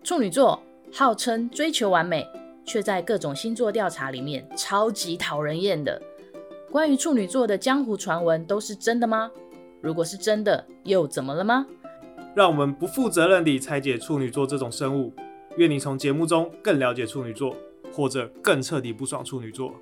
处女座号称追求完美，却在各种星座调查里面超级讨人厌的。关于处女座的江湖传闻都是真的吗？如果是真的，又怎么了吗？ 让我们不负责任地拆解处女座这种生物。愿你从节目中更了解处女座，或者更彻底不爽处女座。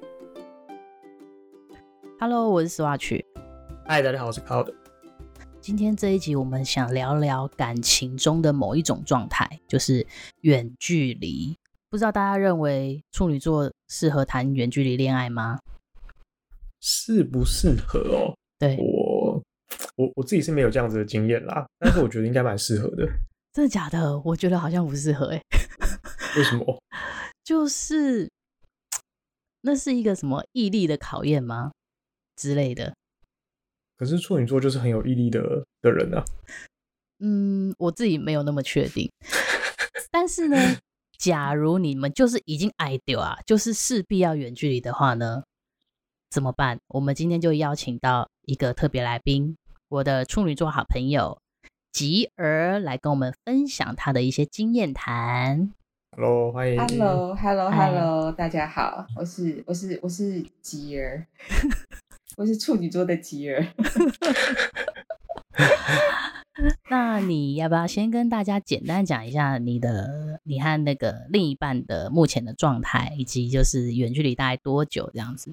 Hello， 我是Swatch。 嗨，大家好，我是 Cloud。 今天这一集我们想聊聊感情中的某一种状态，就是远距离。不知道大家认为处女座适合谈远距离恋爱吗？ 适不适合哦？ 对， 我自己是没有这样子的经验啦，但是我觉得应该蛮适合的。 真的假的？我觉得好像不适合为什么？ 就是那是一个什么毅力的考验吗之类的？ 可是处女座就是很有毅力的人啊。 我自己没有那么确定。但是呢，假如你们就是已经爱丢啊，就是势必要远距离的话呢，怎么办？我们今天就邀请到一个特别来宾，我的处女座好朋友吉儿来跟我们分享他的一些经验谈。 Hello， 欢迎。 Hello， 大家好，我是吉儿，我是处女座的吉儿。 那你要不要先跟大家简单讲一下你和那个另一半的目前的状态，以及就是远距离大概多久这样子？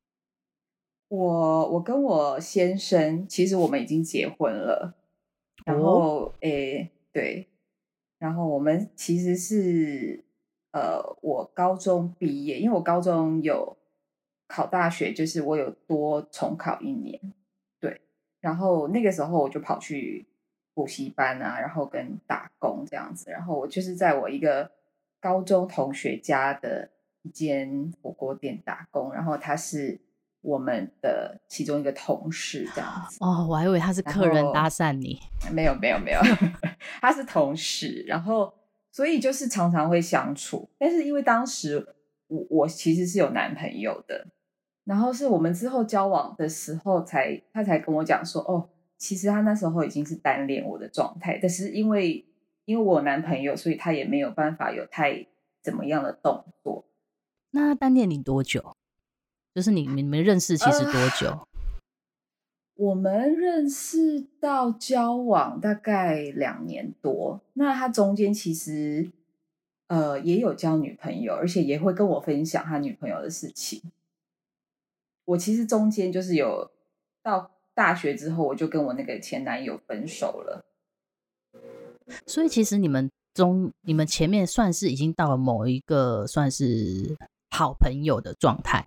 我跟我先生其实我们已经结婚了，然后对，然后我们其实是我高中毕业，因为我高中有考大学，就是我有多重考1年，对，然后那个时候我就跑去补习班啊，然后跟打工这样子，然后我就是在我一个高中同学家的一间火锅店打工，然后他是我们的其中一个同事这样子。 哦，我还以为他是客人搭讪你。 没有他是同事，然后所以就是常常会相处，但是因为当时我其实是有男朋友的，然后是我们之后交往的时候他才跟我讲说，哦，其实他那时候已经是单恋我的状态，但是因为我有男朋友，所以他也没有办法有太怎么样的动作。 那他单恋你多久？就是你们认识其实多久？ 我们认识到交往大概2年多，那他中间其实也有交女朋友，而且也会跟我分享他女朋友的事情。我其实中间就是有到大学之后，我就跟我那个前男友分手了。 所以其实你们前面算是已经到了某一个算是好朋友的状态。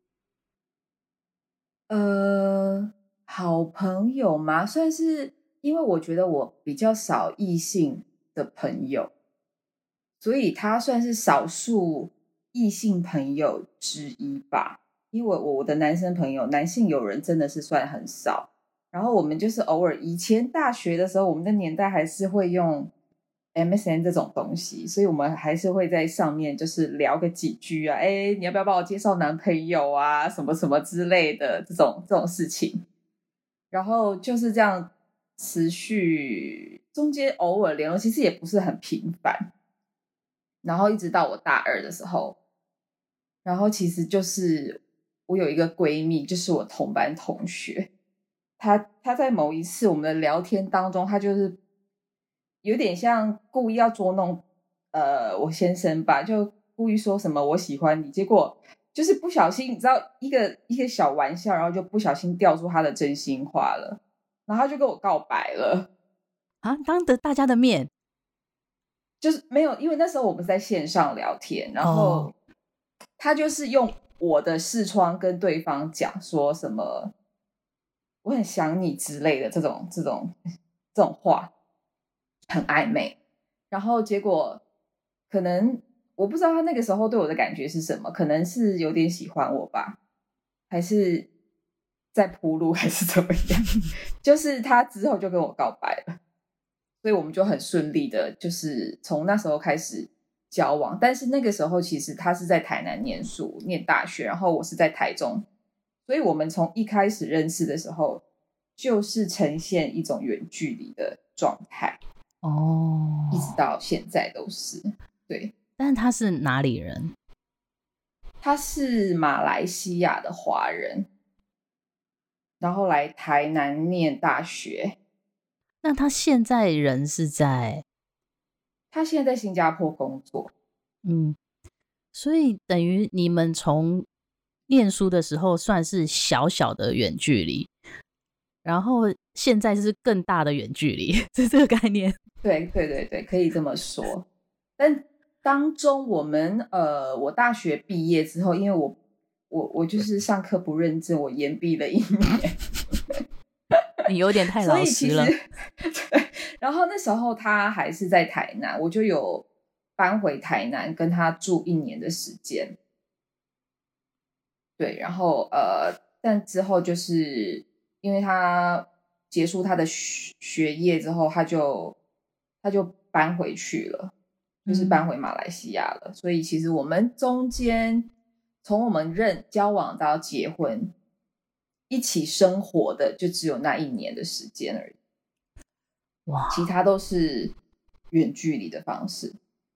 好朋友吗？算是，因为我觉得我比较少异性的朋友，所以他算是少数异性朋友之一吧。因为我的男生朋友，男性友人真的是算很少。然后我们就是偶尔，以前大学的时候，我们的年代还是会用 MSN 这种东西，所以我们还是会在上面就是聊个几句啊，你要不要帮我介绍男朋友啊，什么什么之类的这种事情。然后就是这样持续，中间偶尔联络，其实也不是很频繁。然后一直到我大2的时候，然后其实就是我有一个闺蜜，就是我同班同学，她在某一次我们的聊天当中，她就是有点像故意要捉弄我先生吧，就故意说什么我喜欢你，结果就是不小心，你知道一个小玩笑，然后就不小心掉出他的真心话了，然后他就跟我告白了啊！当着大家的面， 就是没有，因为那时候我们是在线上聊天，然后他就是用我的视窗跟对方讲说什么我很想你之类的这种话，很暧昧。然后结果可能我不知道他那个时候对我的感觉是什么，可能是有点喜欢我吧，还是在铺路，还是怎么样就是他之后就跟我告白了，所以我们就很顺利的就是从那时候开始交往。但是那个时候其实他是在台南念书念大学，然后我是在台中，所以我们从一开始认识的时候就是呈现一种远距离的状态一直到现在都是。 对， 但是他是哪里人？ 他是马来西亚的华人，然后来台南念大学。 那他现在人是在？ 他现在在新加坡工作。 所以等于你们从念书的时候算是小小的远距离，然后现在是更大的远距离，是这个概念？ 对对对对，可以这么说。但当中我大学毕业之后，因为我就是上课不认真，我延毕了1年。 你有点太老实了。 对，然后那时候他还是在台南，我就有搬回台南跟他住1年的时间。对，然后但之后就是因为他结束他的学业之后，他就搬回去了，就是搬回马来西亚了。所以其实我们中间从我们交往到结婚一起生活的就只有那1年的时间而已。 哇， 其他都是远距离的方式。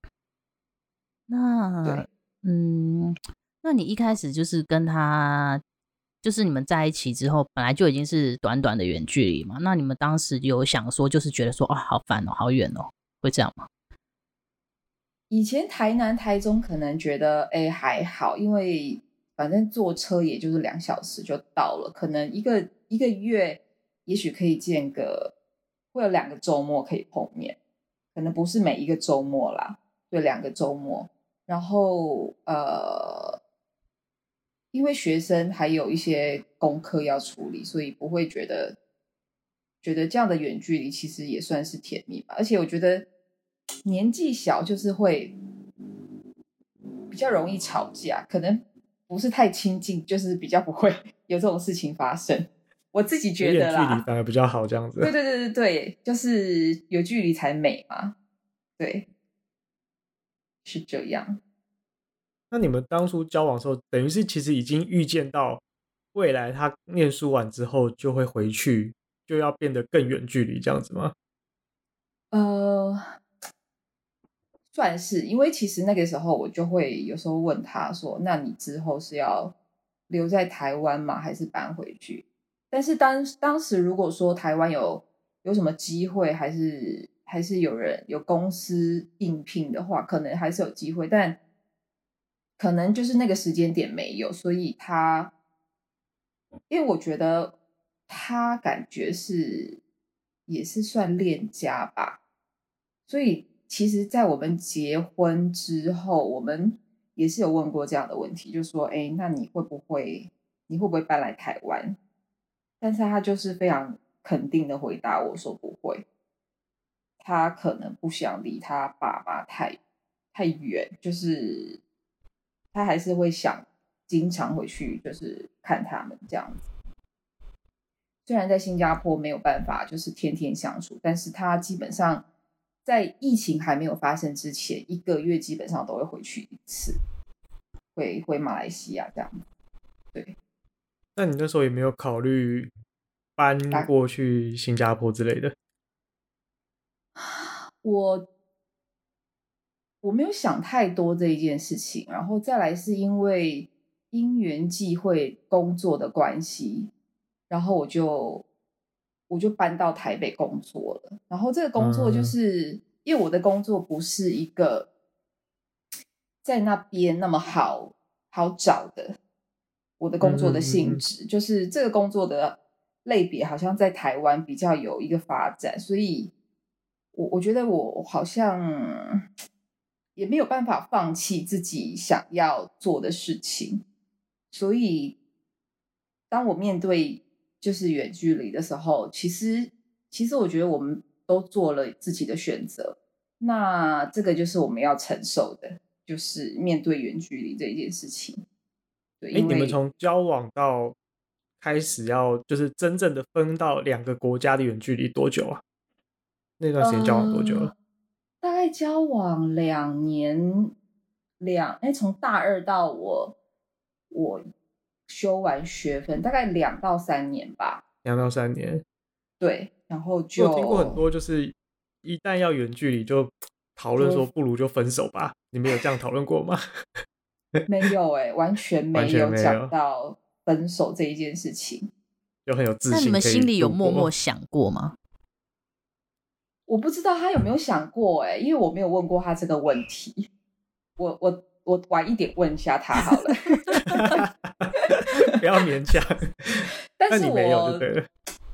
那那你一开始就是跟他，就是你们在一起之后，本来就已经是短短的远距离嘛？那你们当时有想说，就是觉得说，好烦哦，好远哦，会这样吗？ 以前台南、台中可能觉得还好，因为反正坐车也就是2小时就到了，可能一个月也许可以见会有2个周末可以碰面，可能不是每一个周末啦，对，2个周末。然后因为学生还有一些功课要处理，所以不会觉得这样的远距离其实也算是甜蜜吧。而且我觉得年纪小就是会比较容易吵架，可能不是太亲近，就是比较不会有这种事情发生。我自己觉得啦， 有点距离反而比较好，这样子。 对对对对对，就是有距离才美嘛。对，是这样。 那你们当初交往的时候，等于是其实已经预见到未来他念书完之后就会回去，就要变得更远距离这样子吗？ 算是，因为其实那个时候我就会有时候问他说：“那你之后是要留在台湾吗？还是搬回去？”但是当时如果说台湾有什么机会，还是有公司应聘的话，可能还是有机会，但可能就是那个时间点没有，所以因为我觉得他感觉也是算恋家吧，所以其实在我们结婚之后，我们也是有问过这样的问题，就说那你会不会搬来台湾？但是他就是非常肯定的回答我说不会，他可能不想离他爸妈太远，就是他还是会想经常回去就是看他们这样子。虽然在新加坡没有办法就是天天相处，但是他基本上在疫情还没有发生之前，1个月基本上都会回去1次，回马来西亚这样子。对。 那你那时候也没有考虑搬过去新加坡之类的？ 我没有想太多这一件事情，然后再来是因为因缘际会工作的关系，然后我就搬到台北工作了。然后这个工作就是因为我的工作不是一个在那边那么好找的，我的工作的性质就是这个工作的类别好像在台湾比较有一个发展，所以我觉得我好像也没有办法放弃自己想要做的事情，所以当我面对就是远距离的时候，其实我觉得我们都做了自己的选择，那这个就是我们要承受的，就是面对远距离这一件事情。对，因为你们从交往到开始要就是真正的分到2个国家的远距离多久啊？那段时间交往多久了？ 大概交往2年，从大2到我修完学分，大概2到3年吧。 2到3年。 对，然后就我听过很多，就是一旦要远距离，就讨论说不如就分手吧？你们有这样讨论过吗？ 没有完全没有完全没有讲到分手这一件事情。 就很有自信。 那你们心里有可以默默度过想过吗？ 我不知道他有没有想过因为我没有问过他这个问题。我晚一点问一下他好了。 不要勉强。 但是那你没有就对了。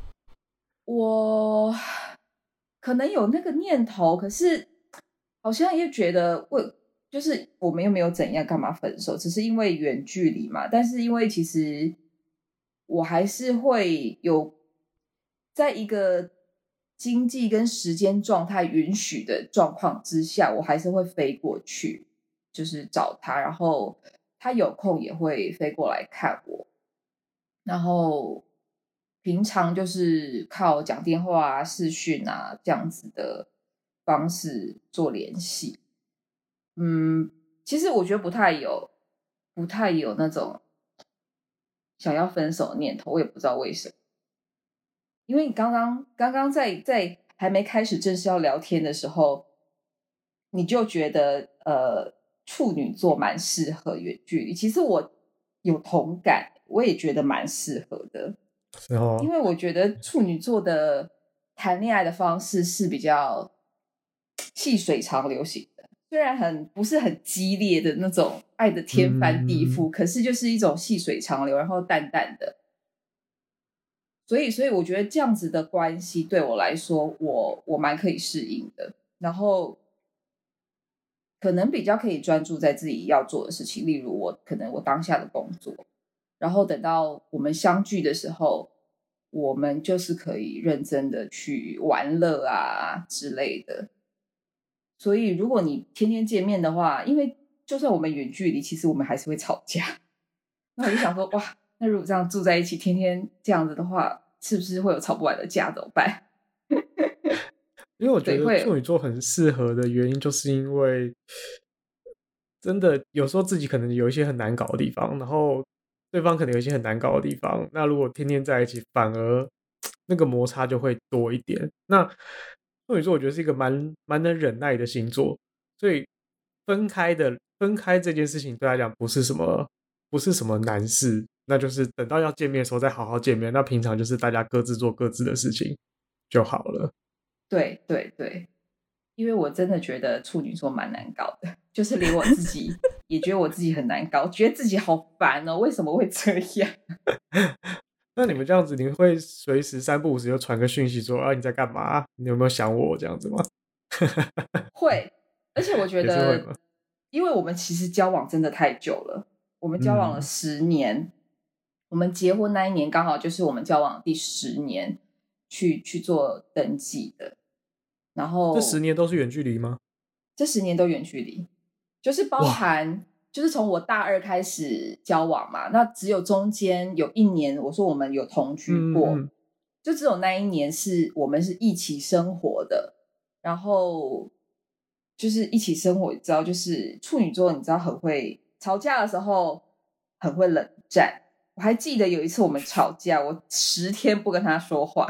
我可能有那个念头，可是好像又觉得就是我们又没有怎样，干嘛分手？只是因为远距离嘛。但是因为其实我还是会有在一个经济跟时间状态允许的状况之下，我还是会飞过去，就是找他，然后他有空也会飞过来看我，然后平常就是靠讲电话啊、视讯啊这样子的方式做联系。其实我觉得不太有那种想要分手的念头，我也不知道为什么。因为你刚刚在还没开始正式要聊天的时候，你就觉得处女座蛮适合远距离。其实我有同感，我也觉得蛮适合的。因为我觉得处女座的谈恋爱的方式是比较细水长流型的，虽然不是很激烈的那种爱的天翻地覆，可是就是一种细水长流，然后淡淡的。所以我觉得这样子的关系对我来说，我蛮可以适应的，然后可能比较可以专注在自己要做的事情，例如可能我当下的工作，然后等到我们相聚的时候，我们就是可以认真的去玩乐啊之类的。所以如果你天天见面的话，因为就算我们远距离，其实我们还是会吵架。那我就想说，哇，那如果这样住在一起，天天这样子的话，是不是会有吵不完的架？怎么办？ 因为我觉得处女座很适合的原因，就是因为真的有时候自己可能有一些很难搞的地方，然后对方可能有一些很难搞的地方，那如果天天在一起，反而那个摩擦就会多一点。那处女座我觉得是一个蛮能忍耐的星座，所以分开这件事情对他讲不是什么难事，那就是等到要见面的时候再好好见面，那平常就是大家各自做各自的事情就好了。 对对对，因为我真的觉得处女座蛮难搞的，就是连我自己也觉得我自己很难搞，觉得自己好烦哦，为什么会这样？ 那你们这样子，你会随时3不5时就传个讯息说啊你在干嘛？你有没有想我这样子吗？ 会，而且我觉也是会吗？ 得，因为我们其实交往真的太久了，我们交往了10年，我们结婚那一年刚好就是我们交往第10年去做登记的。然后这10年都是远距离吗？ 这10年都远距离，就是包含就是从我大2开始交往嘛，那只有中间有1年我说我们有同居过，就只有那一年是我们是一起生活的，然后就是一起生活，你知道就是处女座你知道很会吵架的时候很会冷战。我还记得有一次我们吵架，我10天不跟他说话。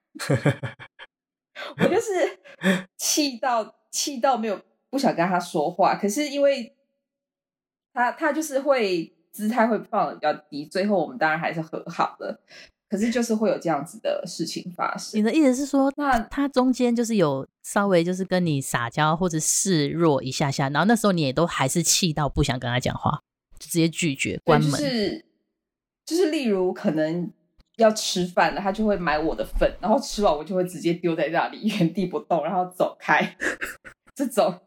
我就是气到没有不想跟他说话，可是因为他就是会姿态会放得比较低，最后我们当然还是和好了，可是就是会有这样子的事情发生。 你的意思是说， 那他中间就是有稍微就是跟你撒娇或者示弱一下下，然后那时候你也都还是气到不想跟他讲话，就直接拒绝关门。 就是例如可能要吃饭了，他就会买我的份，然后吃完我就会直接丢在那里原地不动，然后走开。这种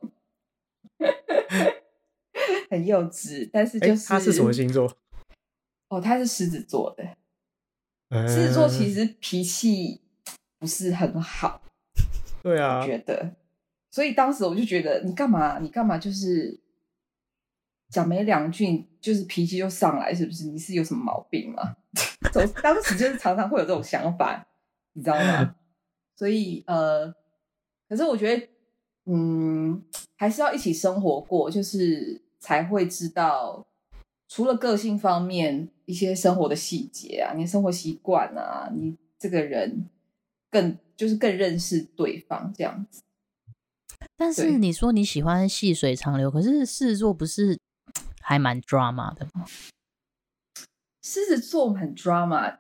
很幼稚，但是就是他是什么星座？ 哦，他是狮子座的。狮子座其实脾气不是很好， 对啊， 我觉得，所以当时我就觉得你干嘛就是讲没2句就是脾气就上来，是不是？你是有什么毛病吗？当时就是常常会有这种想法，你知道吗？所以可是我觉得还是要一起生活过，就是才会知道除了个性方面一些生活的细节啊，你的生活习惯啊，你这个人更认识对方这样子。 但是你说你喜欢细水长流，可是狮子座不是还蛮 drama 的吗？ 狮子座很 drama，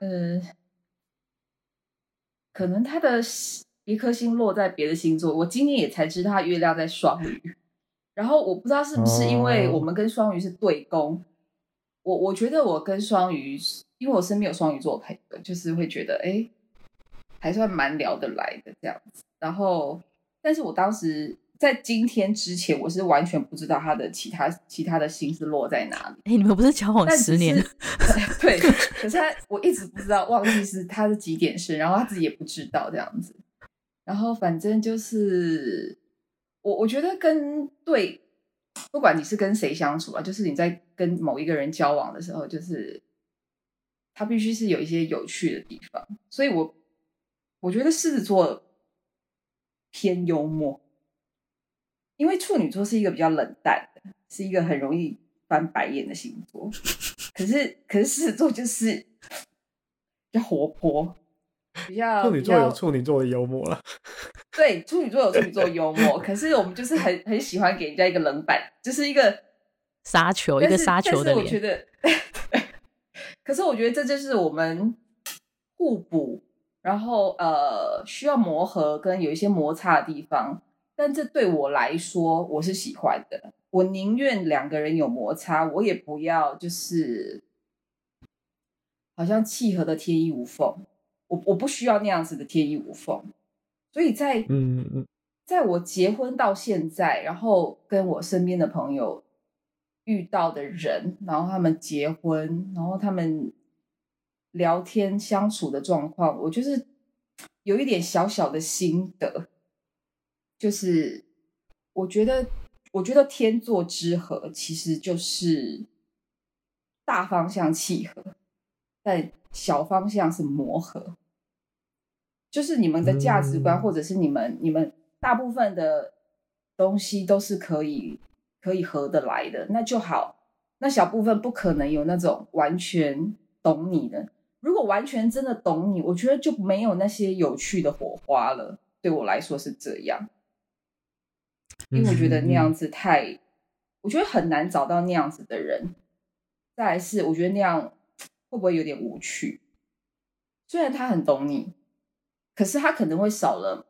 可能他的一颗星落在别的星座，我今年也才知道他月亮在双鱼，然后我不知道是不是因为我们跟双鱼是对宫，我觉得我跟双鱼，因为我身边有双鱼座朋友，就是会觉得还算蛮聊得来的这样子，然后但是我当时在今天之前，我是完全不知道他的其他的星是落在哪里。 你们不是交往10年？ 对，可是我一直不知道，忘记是他是几点生，然后他自己也不知道这样子。然后反正就是我觉得不管你是跟谁相处啊，就是你在跟某一个人交往的时候，就是他必须是有一些有趣的地方。所以我觉得狮子座偏幽默。因为处女座是一个比较冷淡的，是一个很容易翻白眼的星座，可是狮子座就是比较活泼，比较处女座有处女座的幽默啦。 对，处女座有处女座的幽默，可是我们就是很喜欢给人家一个冷板，就是一个杀球，一个杀球的脸。 但是我觉得，可是我觉得这就是我们互补，然后需要磨合跟有一些摩擦的地方。但这对我来说我是喜欢的，我宁愿两个人有摩擦，我也不要就是好像契合的天衣无缝，我不需要那样子的天衣无缝。所以在我结婚到现在，然后跟我身边的朋友遇到的人，然后他们结婚，然后他们聊天相处的状况，我就是有一点小小的心得，就是我觉得天作之合其实就是大方向契合，但小方向是磨合，就是你们的价值观或者是你们大部分的东西都是可以合得来的，那就好。那小部分不可能有那种完全懂你的，如果完全真的懂你，我觉得就没有那些有趣的火花了，对我来说是这样。因为我觉得那样子我觉得很难找到那样子的人。再来是我觉得那样会不会有点无趣，虽然他很懂你，可是他可能会少了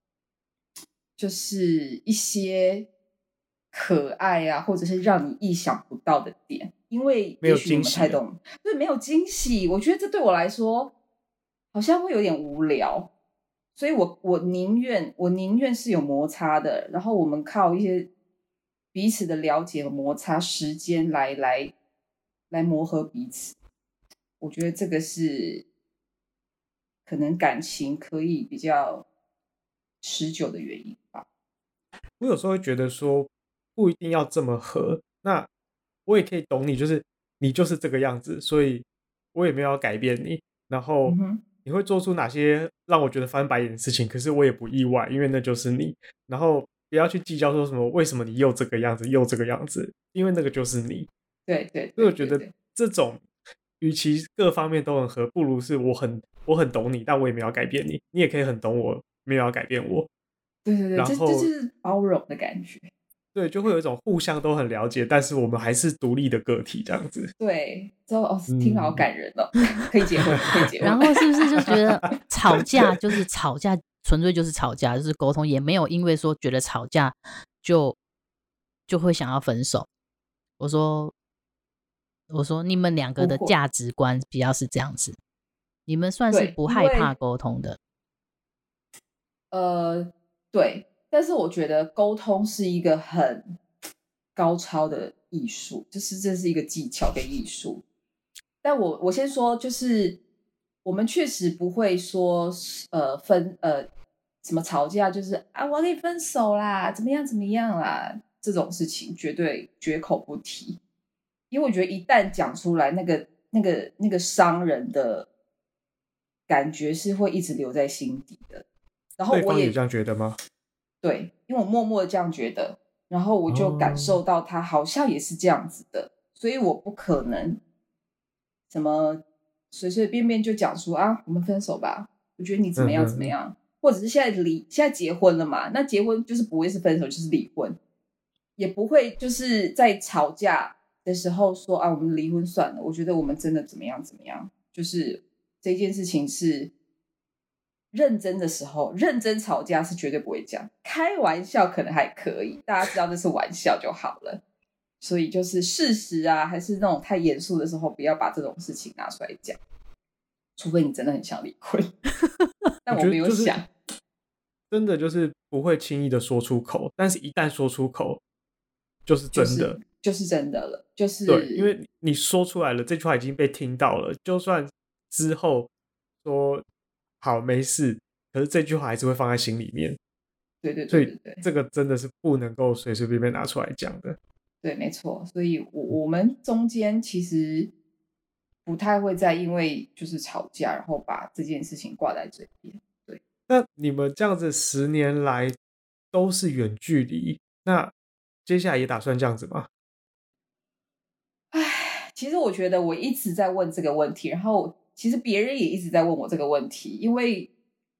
就是一些可爱啊，或者是让你意想不到的点，因为也许你们太懂，对，没有惊喜。我觉得这对我来说好像会有点无聊，所以我宁愿是有摩擦的，然后我们靠一些彼此的了解和摩擦时间来磨合彼此。我觉得这个是可能感情可以比较持久的原因吧。 我有时候会觉得说不一定要这么合，那我也可以懂你，就是你就是这个样子，所以我也没有要改变你，然后你会做出哪些让我觉得翻白眼的事情，可是我也不意外，因为那就是你。然后不要去计较说什么为什么你又这个样子又这个样子，因为那个就是你。 对对， 所以我觉得这种与其各方面都很合，不如是我很懂你，但我也没有要改变你，你也可以很懂我，没有要改变我。 对对对， 然后这就是包容的感觉。 对，就会有一种互相都很了解，但是我们还是独立的个体这样子。 对，之后听了好感人哦，可以结婚，可以结婚。 然后是不是就觉得吵架就是吵架，纯粹就是吵架，就是沟通，也没有因为说觉得吵架就会想要分手。我说你们两个的价值观比较是这样子，你们算是不害怕沟通的。 对，但是我觉得沟通是一个很高超的艺术，就是这是一个技巧跟艺术。但我先说，就是我们确实不会说什么吵架就是啊我跟你分手啦，怎么样怎么样啦，这种事情绝对绝口不提。因为我觉得一旦讲出来，那个伤人的感觉是会一直留在心底的。然后我也这样觉得吗？ 对，因为我默默的这样觉得，然后我就感受到他好像也是这样子的，所以我不可能什么随随便便就讲出啊我们分手吧，我觉得你怎么样怎么样， 或者是现在结婚了嘛，那结婚就是不会是分手就是离婚，也不会就是在吵架的时候说啊我们离婚算了，我觉得我们真的怎么样怎么样，就是这件事情是认真的时候，认真吵架是绝对不会讲，开玩笑可能还可以，大家知道这是玩笑就好了。所以就是事实啊，还是那种太严肃的时候，不要把这种事情拿出来讲，除非你真的很想离婚。但我没有想， 真的就是不会轻易的说出口，但是一旦说出口，就是真的， 就是真的了，就是对，因为你说出来了，这句话已经被听到了，就算之后说好没事，可是这句话还是会放在心里面。 对对对对对， 所以这个真的是不能够随随便便拿出来讲的。 对，没错。所以我们中间其实不太会再因为就是吵架，然后把这件事情挂在嘴边。对， 那你们这样子10年来都是远距离，那接下来也打算这样子吗？ 唉，其实我觉得我一直在问这个问题，然后其实别人也一直在问我这个问题，因为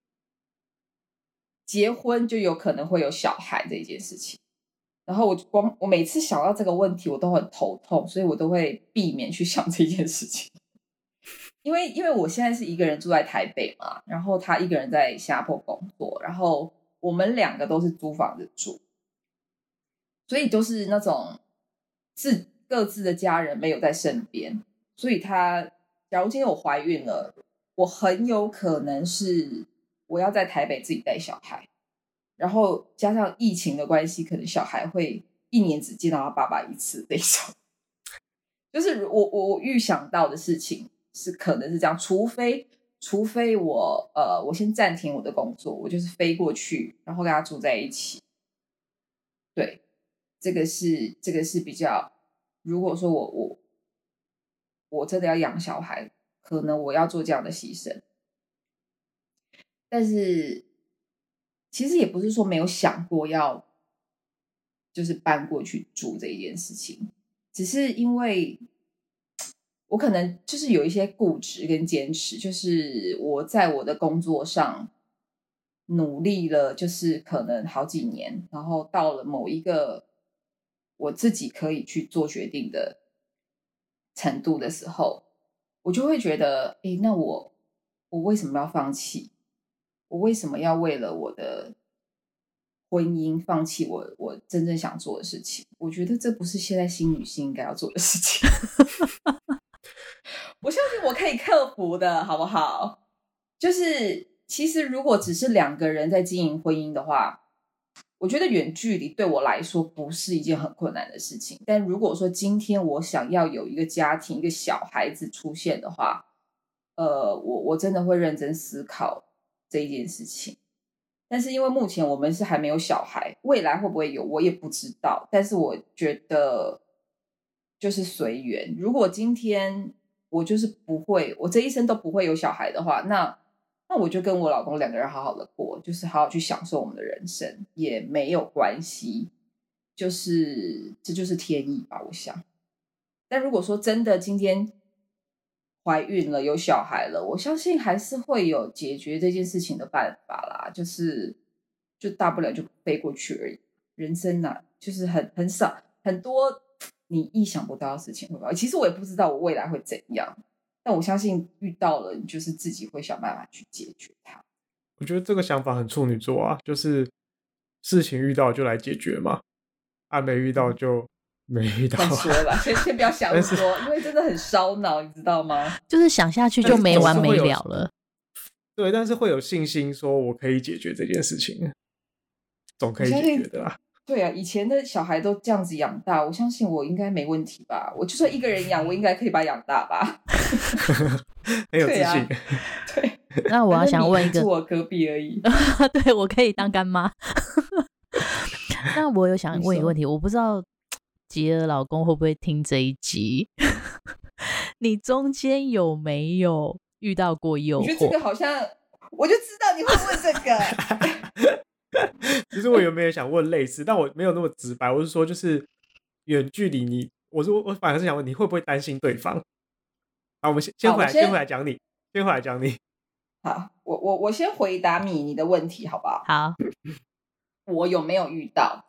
结婚就有可能会有小孩这一件事情。然后我每次想到这个问题，我都很头痛，所以我都会避免去想这件事情。因为我现在是一个人住在台北嘛，然后他一个人在新加坡工作，然后我们2个都是租房子住，所以都是那种各自的家人没有在身边，所以假如今天我怀孕了，我很有可能是我要在台北自己带小孩。然后加上疫情的关系，可能小孩会1年只见到他爸爸1次那种。就是我预想到的事情是可能是这样，除非我先暂停我的工作，我就是飞过去，然后跟他住在一起。对，这个是比较，如果说我真的要养小孩，可能我要做这样的牺牲。但是其实也不是说没有想过要就是搬过去住这一件事情，只是因为我可能就是有一些固执跟坚持，就是我在我的工作上努力了就是可能好几年，然后到了某一个我自己可以去做决定的程度的时候，我就会觉得那我为什么要放弃？我为什么要为了我的婚姻放弃我真正想做的事情？我觉得这不是现在新女性应该要做的事情。我相信我可以克服的，好不好？就是其实如果只是2个人在经营婚姻的话，我觉得远距离对我来说不是一件很困难的事情。但如果说今天我想要有一个家庭，一个小孩子出现的话，我真的会认真思考这一件事情。但是因为目前我们是还没有小孩，未来会不会有我也不知道，但是我觉得就是随缘。如果今天我就是不会，我这一生都不会有小孩的话，那我就跟我老公2个人好好的过，就是好好去享受我们的人生，也没有关系，就是这就是天意吧，我想。但如果说真的今天怀孕了有小孩了，我相信还是会有解决这件事情的办法啦，就大不了就飞过去而已。人生啊，就是很少很多你意想不到的事情会发生。其实我也不知道我未来会怎样，但我相信遇到了，你就是自己会想办法去解决它。 我觉得这个想法很处女座啊，就是事情遇到就来解决嘛，没遇到就没遇到。 再说了，先不要想那么多，因为真的很烧脑，你知道吗？ 就是想下去就没完没了了。 对，但是会有信心说我可以解决这件事情，总可以解决的啦。 对啊，以前的小孩都这样子养大，我相信我应该没问题吧？我就算一个人养，我应该可以把他养大吧？ 很有自信。 对， 那我要想问一个， 住我隔壁而已。 对，我可以当干妈。那我有想问一个问题，我不知道吉儿老公会不会听这一集？你中间有没有遇到过诱惑？ 我觉得这个好像，我就知道你会问这个。 其实我有没有想问类似，但我没有那么直白。我是说，就是远距离我反而是想问你会不会担心对方？好，我们先回来讲你，先回来讲你。 好，我先回答你的问题好不好？ 好， 我有没有遇到？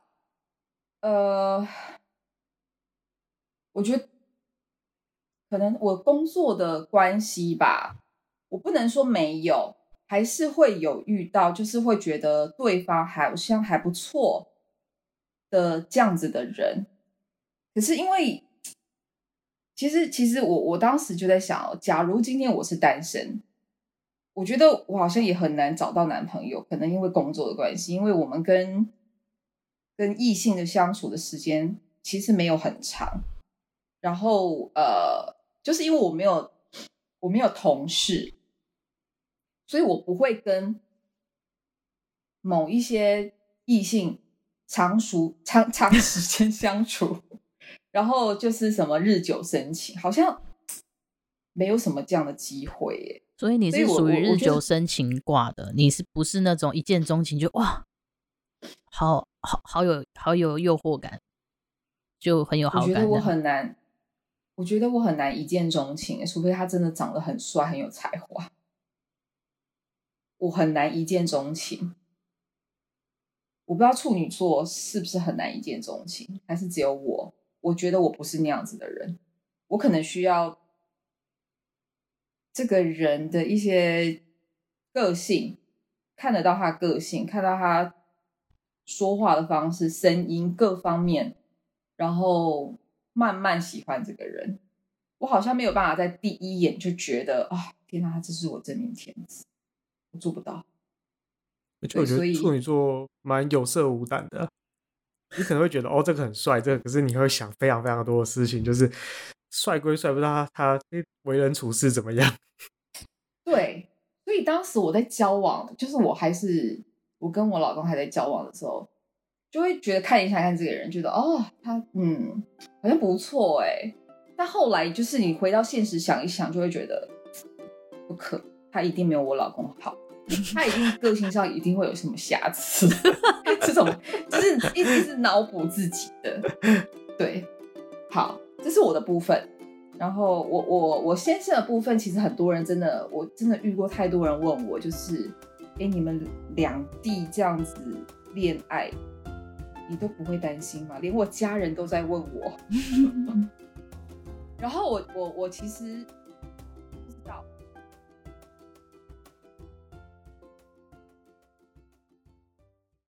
我觉得可能我工作的关系吧，我不能说没有，还是会有遇到，就是会觉得对方好像还不错的这样子的人。可是因为其实我当时就在想，假如今天我是单身，我觉得我好像也很难找到男朋友，可能因为工作的关系，因为我们跟异性的相处的时间其实没有很长，然后就是因为我没有同事，所以我不会跟某一些异性长时间相处，然后就是什么日久生情，好像没有什么这样的机会耶。 所以你是属于日久生情挂的，你是不是那种一见钟情就哇，好有诱惑感，就很有好感？ 我觉得我很难一见钟情，除非他真的长得很帅很有才华，我很难一见钟情。我不知道处女座是不是很难一见钟情，还是只有我？我觉得我不是那样子的人，我可能需要这个人的一些个性，看得到他的个性，看到他说话的方式、声音各方面，然后慢慢喜欢这个人。我好像没有办法在第一眼就觉得啊，天哪，这是我真命天子，我做不到。 而且我觉得处女座蛮有色无胆的，你可能会觉得哦这个很帅，这个可是你会想非常非常多的事情，就是帅归帅，不知道他为人处事怎么样。 对，所以当时我在交往，就是我跟我老公还在交往的时候，就会觉得看一下看这个人，觉得哦他好像不错哎，但后来就是你回到现实想一想，就会觉得不可，他一定没有我老公好。他一定个性上一定会有什么瑕疵，这种就是一直是脑补自己的。对，好，这是我的部分。然后我先生的部分，其实很多人我真的遇过太多人问我，就是你们两地这样子恋爱，你都不会担心吗？连我家人都在问我。然后我其实